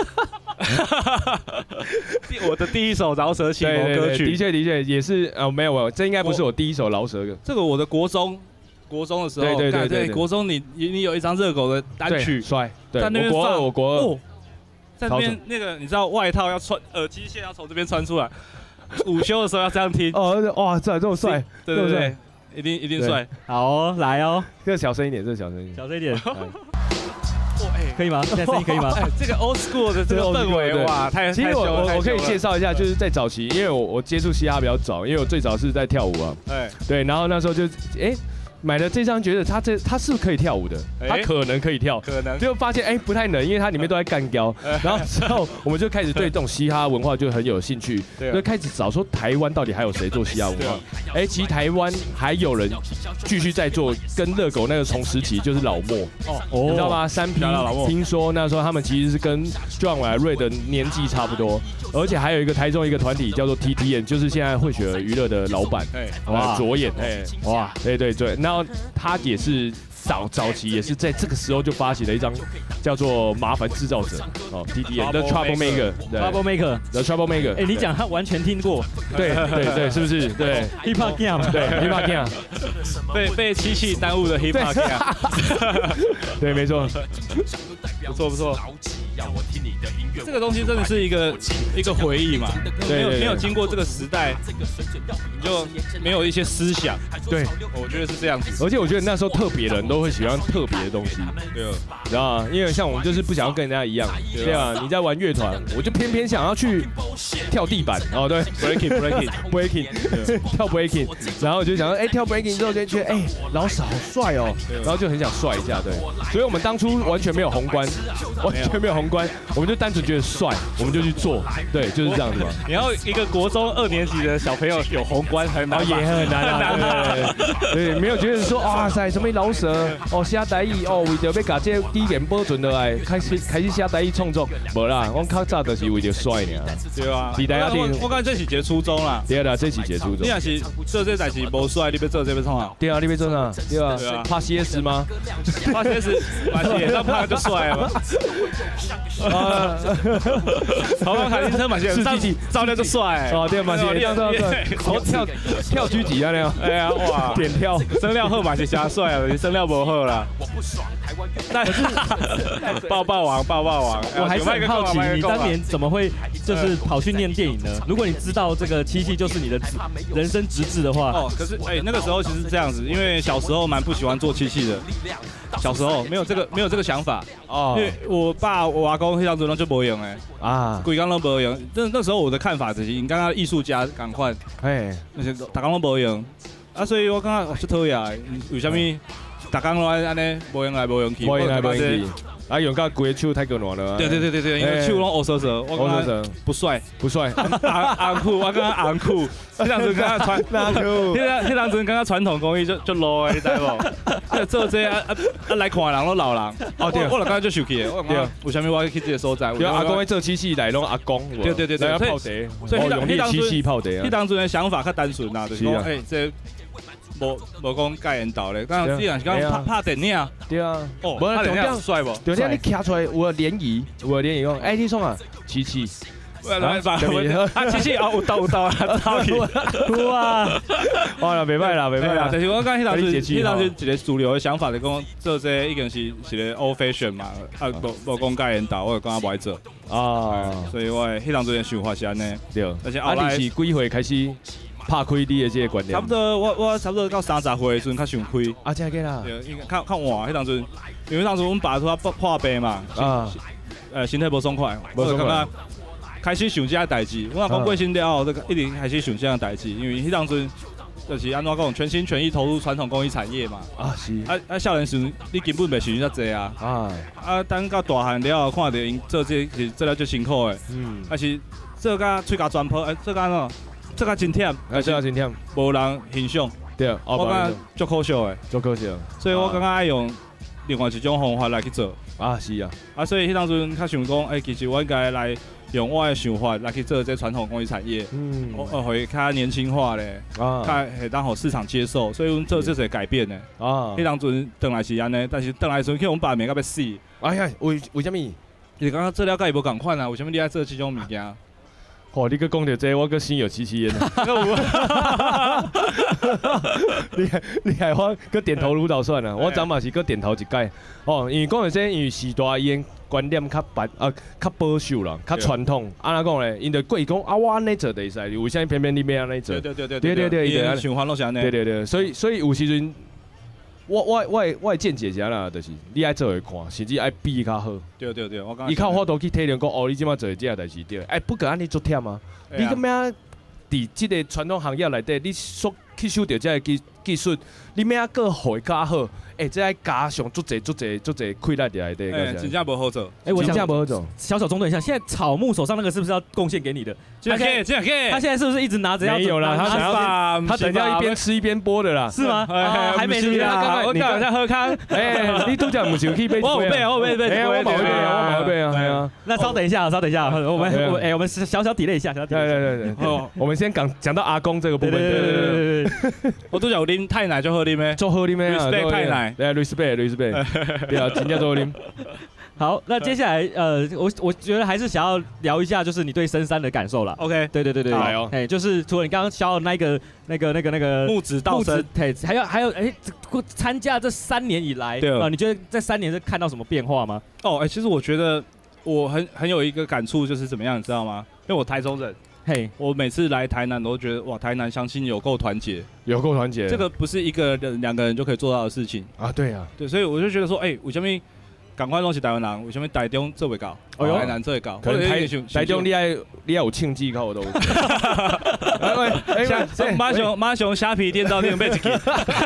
我的第一首饶舌启蒙歌曲， 的确也是没有，这应该不是我第一首饶舌歌。 这个我的国中国中的时候， 对， 国中你有一张热狗的单曲， 帅，对， 在那边放， 我国二， 在那边那个你知道外套要穿，耳机线要从这边穿出来，午休的时候要这样听， 哇，这么帅， 对，一定帅， 好哦，来哦， 这个小声一点， 小声一点。可以吗？现在声音可以吗？ 这个 old school 的这个氛围哇， 其实我可以介绍一下，就是在早期，因为我接触嘻哈比较早，因为我最早是在跳舞啊，对，然后那时候就买了这张，觉得他是可以跳舞的，他可能可以跳，就发现不太能，因为它里面都在干胶。然后之后我们就开始对这种嘻哈文化就很有兴趣，就开始找说台湾到底还有谁做嘻哈文化。其实台湾还有人继续在做，跟热狗那个同时期就是老莫，你知道吗？3P，听说那时候他们其实是跟 John 和瑞的年纪差不多，而且还有一个台中一个团体叫做 TTN， 就是现在混血儿娱乐的老板，左眼，哇，对，那。然后他也是早期也是在这个时候就发起了一张叫做《麻烦制造者》TTN The The Troublemaker。 你讲他完全听过， 对，是不是？对 ，Hip Hop Gang， 对 Hip Hop Gang， 被机器耽误的 Hip Hop Gang， 对，没错， 不错。这个东西真的是一个回忆嘛，没有经过这个时代，你就没有一些思想。 对， 我觉得是这样子。 而且我觉得那时候特别的人都会喜欢特别的东西，对，你知道吗？因为像我们就是不想要跟人家一样，对啊。你在玩乐团，我就偏偏想要去跳地板，对 ，breaking， 跳 breaking， 然后我就想说，跳 breaking 之后就觉得，老师好帅哦，然后就很想帅一下，对。所以我们当初完全没有宏观，我们就单纯觉得帅，我们就去做，对，就是这样子嘛。 你要一个国中2年级的小朋友有宏观很难， 也很难，对，没有觉得说哇塞，什么老舍写台语为着要把这语言保存落来，开始写台语创作，无啦，我较早就是为着帅尔。 对啊，我感觉这是一个初衷啦。 对啦，这是一个初衷。 你若是做这代志无帅，你要做这要创啊？ 对啊，你要做啥？对啊，拍 CS 吗？ 拍 CS，那拍就帅了。好像卡丁车嘛，现在照亮就帅。 对嘛，是跳狙击啊那样。哇，点跳， 声量好嘛是瞎帅啊，你声量不好啦。但是抱抱王， 我还是很好奇，你当年怎么会就是跑去念电影呢？如果你知道这个七系就是你的人生直至的话， 可是那个时候其实是这样子，因为小时候蛮不喜欢做七系的，小时候没有这个想法因为我爸我阿公那样子就不用规工都不用。那时候我的看法就是，你刚刚艺术家赶快，那些大家都不用所以我感觉是讨厌，为什么大家都安尼无用来无用去？ 用到规个手太过暖了。 对，因为手拢乌色色，我感觉不帅。昂酷，我感觉昂酷。那当阵刚刚传，那当阵刚刚传统工艺就 low 你知无？做这来看人都老人。对，我就感觉就生气。对，为什么我要去这个所在？ 对，阿公在做七系来拢阿公。 对， 来泡茶，所以用你七系泡茶啊。 那当阵的想法较单纯啦，就是讲这。无讲盖人道咧，刚刚既然是讲拍电影， 对啊， 拍电影帅无？ 对，你徛出来有联谊讲，你创啊，七七， 七七有道啊， 有啊，哇，袂歹啦， 但是我讲迄当时一个主流的想法就讲做这已经是一个 old fashion 嘛，无讲盖人道，我就讲不爱做所以我迄当时的想法是安尼， 对，而且后来是几岁开始？拍开你的这个观念， 差不多我差不多到30岁的时阵较想开。 真个啦。 对，看换，迄当阵，因为当时我们爸说破病嘛，身体无爽快，我就感觉开始想这些代志。我讲过身了后，一定开始想这样代志，因为迄当阵就是安怎讲，全心全意投入传统工艺产业嘛。是。少年时你根本袂想遮济等到大汉了后，看到因做这做了足辛苦的。但是做甲喙甲全破，做甲喏。这个真忝， 真忝， 无人欣赏。 对， 我感觉足可惜的，所以我感觉爱用另外一种方法来去做。 是啊。 所以迄当阵较想讲，其实我应该来用我的想法来去做这传统工艺产业，会较年轻化咧，较会当互市场接受，所以阮做这些改变咧。迄当阵转来是安尼，但是转来的时阵，去阮爸骂到要死。 哎呀，为什么？ 你刚刚做了甲伊无共款啊？为什么你爱做这种物件？ 哦，你个讲到这，我个心有戚戚焉。你害我个点头如捣蒜啊！我昨嘛是个点头一解。哦，因为讲到这，因为时代因观念较保守啦，较传统。安怎讲咧？因着故意讲啊，我安尼做就会使，为啥偏偏你要安尼做？ 对，循环都是安尼。 对，所以有时阵。我的见解是安啦，就是你爱做会看，甚至爱比较好。 对，我讲。 伊靠法度去体谅讲，哦，你即马做这代志对，不可安尼做忝啊！你咁样伫即个传统行业内底，你所去收到这个技术，你咩个会较好？这爱加上足侪亏力伫内底。 真正无好做。 我真正无好做。 小中断一下，现在草木手上那个是不是要贡献给你的？ 这样可以。 他现在是不是一直拿着？ 没有啦，他想要他等下一边吃一边播的啦。 是吗？还没是啦。我刚在喝康。 你拄则唔是有去杯？ 我背， 我冇背啊，系啊。 那稍等一下，我们小 delay 一下， 对。我们先讲到阿公这个部分。 对。 我拄则有啉太奶就喝啉咩？ 做喝啉咩啊？ respect 太奶。 对 ，respect， 对啊，真正做啉。 好，那接下来我觉得还是想要聊一下，就是你对深山的感受啦。 OK， 对， 来哦， 就是除了你刚刚教的那个木质道生， 还有参加这3年以来，你觉得在3年是看到什么变化吗？ 其实我觉得我很有一个感触，就是怎么样，你知道吗？因为我台中人。我每次来台南，我都觉得哇，台南乡亲有够团结，这个不是一个人、2个人就可以做到的事情啊。对啊， 对，所以我就觉得说，为什么赶快拢是台湾人，为什么台中做袂到，台南做会到？ 可能台中你爱有庆忌靠我都。 马熊虾皮店到店买一支，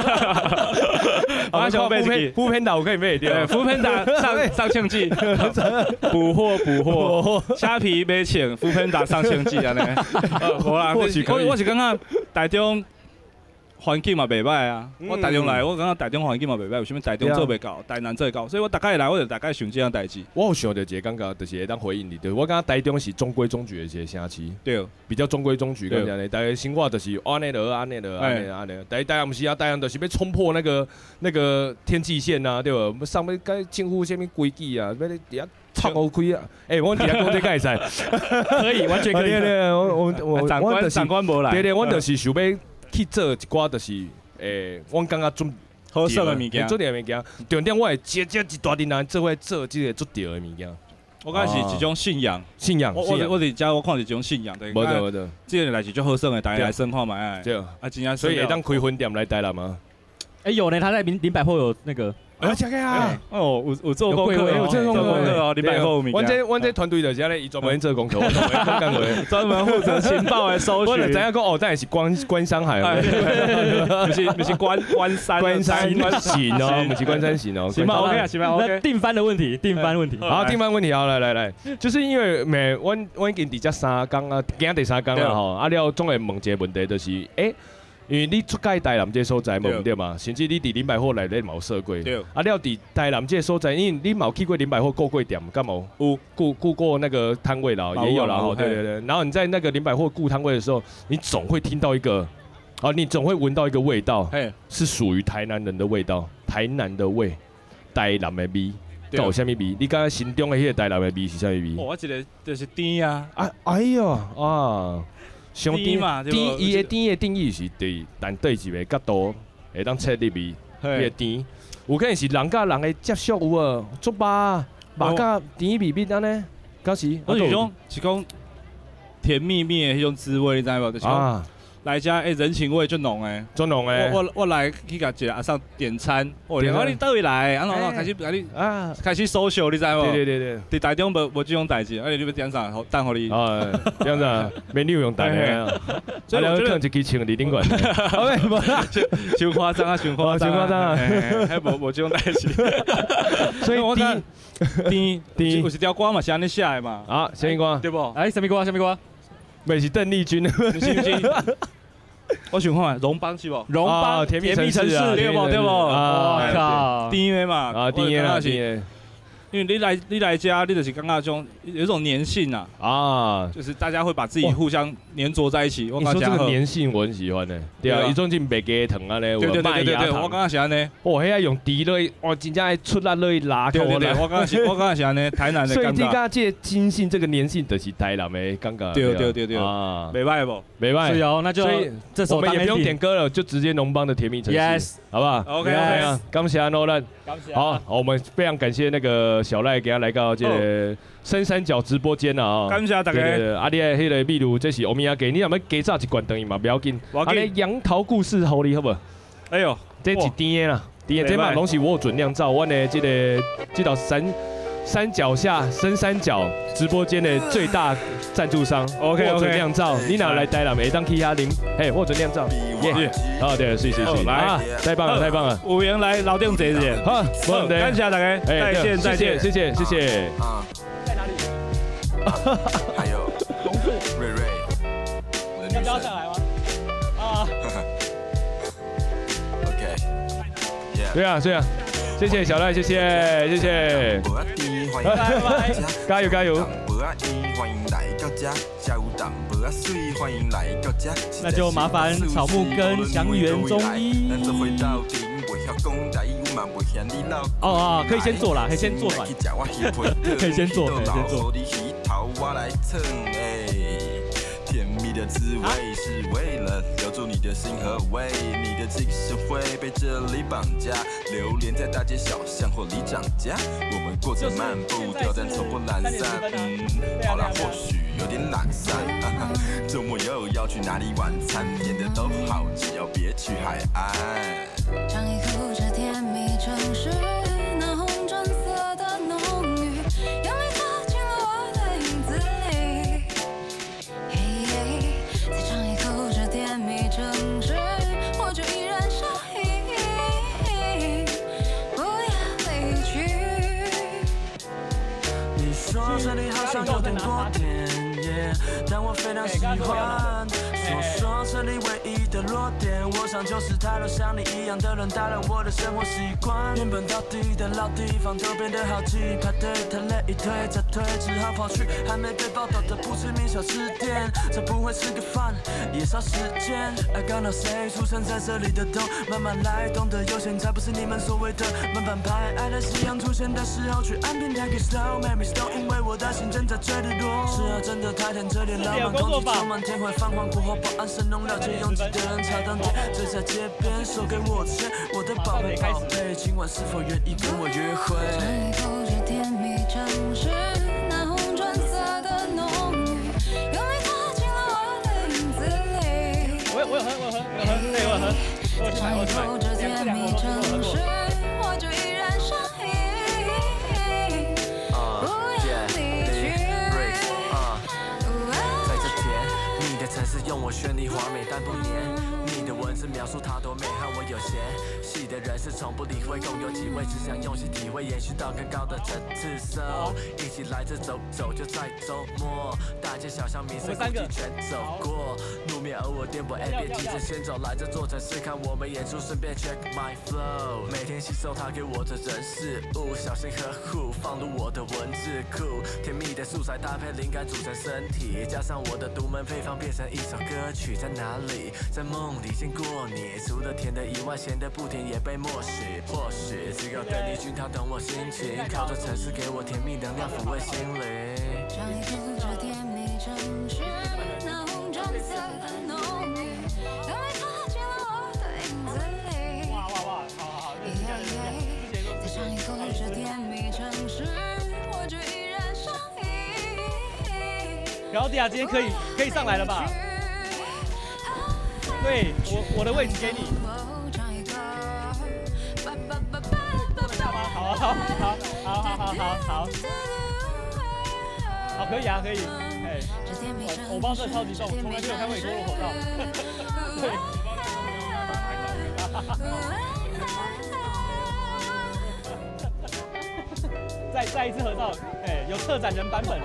马熊买一支。 富偏岛我可以买掉， 富偏岛上庆忌，补货，虾皮买钱，富偏岛上庆忌安尼。好啦，我是感觉台中。环境嘛袂歹啊！我台中来，我感觉台中环境嘛袂歹，为什么台中做袂到，台南做会到？所以我大概来，我就大概想这样代志。 我有想到一个感觉，就是会当回应你，对我感觉台中是中规中矩的一个城市， 对，比较中规中矩，感觉呢，大家生活就是安尼的，台南不是啊，台南就是要冲破那个天际线啊，对吧？上面该近乎什么规矩啊，要底下插乌龟啊！我底下讲这该使， 可以，完全可以。 对，我长官无来， 对，我就是想要。去做一寡就是，我感觉准好色的物件， 做点物件，重点我会接一大群人做伙做这个做对的物件。 我感觉是一种信仰。我伫遮我看是一种信仰。 无错。 这个来是足好耍的，大家来生活买。 对。 真正所以会当开分店来台南吗？ 有呢，他在林百货有那个。 这个啊！ 有做功课，有做功课哦，林百货物件。 阮这团队就是安尼，伊专门做功课， 专门负责情报的收取。 我就知影讲当然是关山海， 不是关山行哦，不是关山行哦。 行吧 ，OK 啊，行吧 ，OK。 定番的问题， 好，定番问题，好来，就是因为阮已经伫遮3天啊，今第3天啦吼，了总会问一个问题，就是因为你出界台南这所在无对嘛，甚至你伫林百货内底嘛有设过，了伫台南这所在，因为你嘛有去过林百货购过店，干嘛？有顾过那个摊位啦，也有啦，对。然后你在那个林百货顾摊位的时候，你总会听到一个，你总会闻到一个味道，是属于台南人的味道，台南的味，台南的味，有啥物味？你刚刚心中的迄个台南的味是啥物味？ 我一个就是甜啊！ 哎呦啊！上甜嘛，伊的甜的定义是但对一个角度会当切入去，伊的甜有可能是人甲人的接触有无？足肉甲甜蜜蜜安尼，敢是？ 我是讲甜蜜蜜的迄种滋味，你知无？就是来家人情味就浓诶， 足浓诶。 我来去甲一个阿上点餐，我你倒位来，然后开始甲你开始 social， 你知无？ 对。 伫台中无这种代志，你要点啥？等互你。 这样子啊，美女用等诶啊。所以我觉得一支枪伫顶管。 伤夸张啊，伤夸张啊，还无这种代志。所以我看甜有一条歌嘛是安尼写的嘛。 啊，什么歌？ 对不？ 什么歌？ 袂是邓丽君， 是不是？我想看荣邦是不？ 荣邦甜蜜城市对不？ 我靠， 甜的嘛， 甜的。 因为你来家，你就是刚刚有一种粘性啊，就是大家会把自己互相粘着在一起。 你说这个粘性我很喜欢呢，对啊，一种进白鸡糖啊咧， 对，我刚刚是安尼， 哦，迄个用滴落，哇，真正爱出力落去拉， 对，我刚刚是安尼，台南的所以你讲这个筋性这个粘性就是台南的感觉， 对啊，没歹不， 没歹， 是哦，那就这首我们也不用点歌了，就直接农帮的甜蜜城市 ，yes， 好不好 ？OK 啊， 感谢Nolan，好，我们非常感谢那个小赖给他来到这个深山脚直播间啊， 感谢大家。 啊，你的迄个秘鲁这是欧米亚给你，要么加炸一罐等于嘛，不要紧。啊，你杨桃故事好你好不？ 哎呦， 这是甜的啦，甜的这嘛拢是我准酿造，我的这道山脚下深山脚直播间的最大赞助商 ，OK 获准酿造，你哪来台南每当去遐啉，嘿，获准酿造，耶！啊，对，谢，来，太棒了， 有缘来老店坐一下， 好， 感谢大家，再见， 谢谢。 在哪里？ 还有龙树瑞， 要不要下来吗？啊 ，OK， 对啊，谢谢小赖，谢谢，加油！ 欢迎来到家，下午档不要睡，欢迎来到家。 那就麻烦草木跟祥源中医。哦，可以先做啦，可以先做暖。可以先做。 甜蜜的滋味是为了留住你的心和胃，你的精神会被这里绑架，流连在大街小巷或里长家，我们过着漫步调但从不懒散。好啦，或许有点懒散。周末又要去哪里晚餐？点的都好，只要别去海岸。 长一口这甜蜜城市，那红砖色的浓郁，用力踏进了我的影子里。再尝一口这甜蜜城市，我就依然上瘾，不要离去。 你说这里好像有点过甜，但我非常喜欢。说这里唯一的弱点，我想就是太多像你一样的人打乱我的生活习惯。原本到底的老地方都变得好挤，排队太累，一推再推，只好跑去还没被报道的不知名小吃店。这不会吃个饭，也少时间。I got no say， 出生在这里的都慢慢来，懂得悠闲才不是你们所谓的慢半拍。爱的夕阳出现的时候，去岸边 take it slow， make me slow， 因为我的心正在坠落。是啊，真的太甜，这里浪漫空气充满天会泛黄过后。保安声浓了解拥挤的人潮当店，醉在街边，手给我钱，我的宝贝宝贝，今晚是否愿意跟我约会？ 尝一口这甜蜜城市，那红砖色的浓郁，用力踏进了我的影子里。 我有喝， 尝一口这甜蜜城市，我就依然上瘾，不要离去。 在这甜蜜的城市，用我绚丽华美但不黏。你的文字描述它多美，和我有嫌隙的人是从不理会，共有几位只想用心体会，延续到更高的层次。So， 一起来这走走，就在周末，大街小巷民生古迹全走过，路面而我颠簸，别急着先走，来这座城市看我们演出，顺便 check my flow， 每天吸收他给我的人事物，小心呵护，放入我的文字库，甜蜜的素材搭配灵感组成身体，加上我的独门配方变成一首歌曲，在哪里？在梦里见过你，除了甜的以外，咸的不甜也被默许。或许只有邓丽君她懂我心情，靠着城市给我甜蜜能量抚慰心灵。 尝一口这甜蜜城市，那红砖色的浓郁，用力踏进了我的影子里。 好， 再尝一口这甜蜜城市，我就依然上瘾。 然后迪亚今天可以上来了吧？对，我的位置给你。好，可以啊，可以。哎，我包真的超级重，从来没有看过你脱口罩。对。再一次合照，哎，有策展人版本。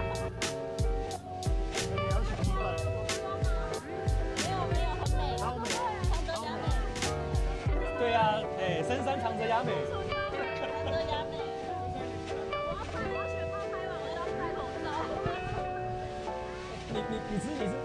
对啊，哎，深山长泽雅美。 你吃